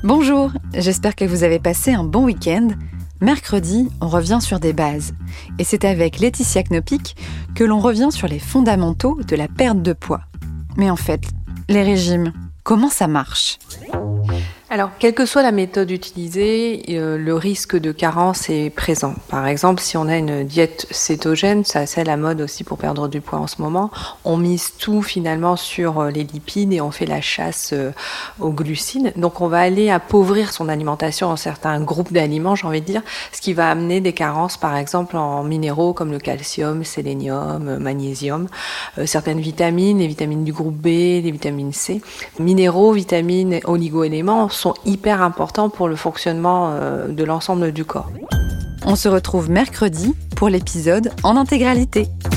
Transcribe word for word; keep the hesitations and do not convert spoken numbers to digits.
Bonjour, j'espère que vous avez passé un bon week-end. Mercredi, on revient sur des bases. Et c'est avec Laetitia Knopik que l'on revient sur les fondamentaux de la perte de poids. Mais en fait, les régimes, comment ça marche ? Alors, quelle que soit la méthode utilisée, euh, le risque de carence est présent. Par exemple, si on a une diète cétogène, c'est assez la mode aussi pour perdre du poids en ce moment, on mise tout finalement sur euh, les lipides et on fait la chasse euh, aux glucides. Donc, on va aller appauvrir son alimentation en certains groupes d'aliments, j'ai envie de dire, ce qui va amener des carences, par exemple, en minéraux comme le calcium, sélénium, magnésium, euh, certaines vitamines, les vitamines du groupe B, les vitamines C. Minéraux, vitamines, oligo-éléments sont hyper importants pour le fonctionnement euh, de l'ensemble du corps. On se retrouve mercredi pour l'épisode en intégralité.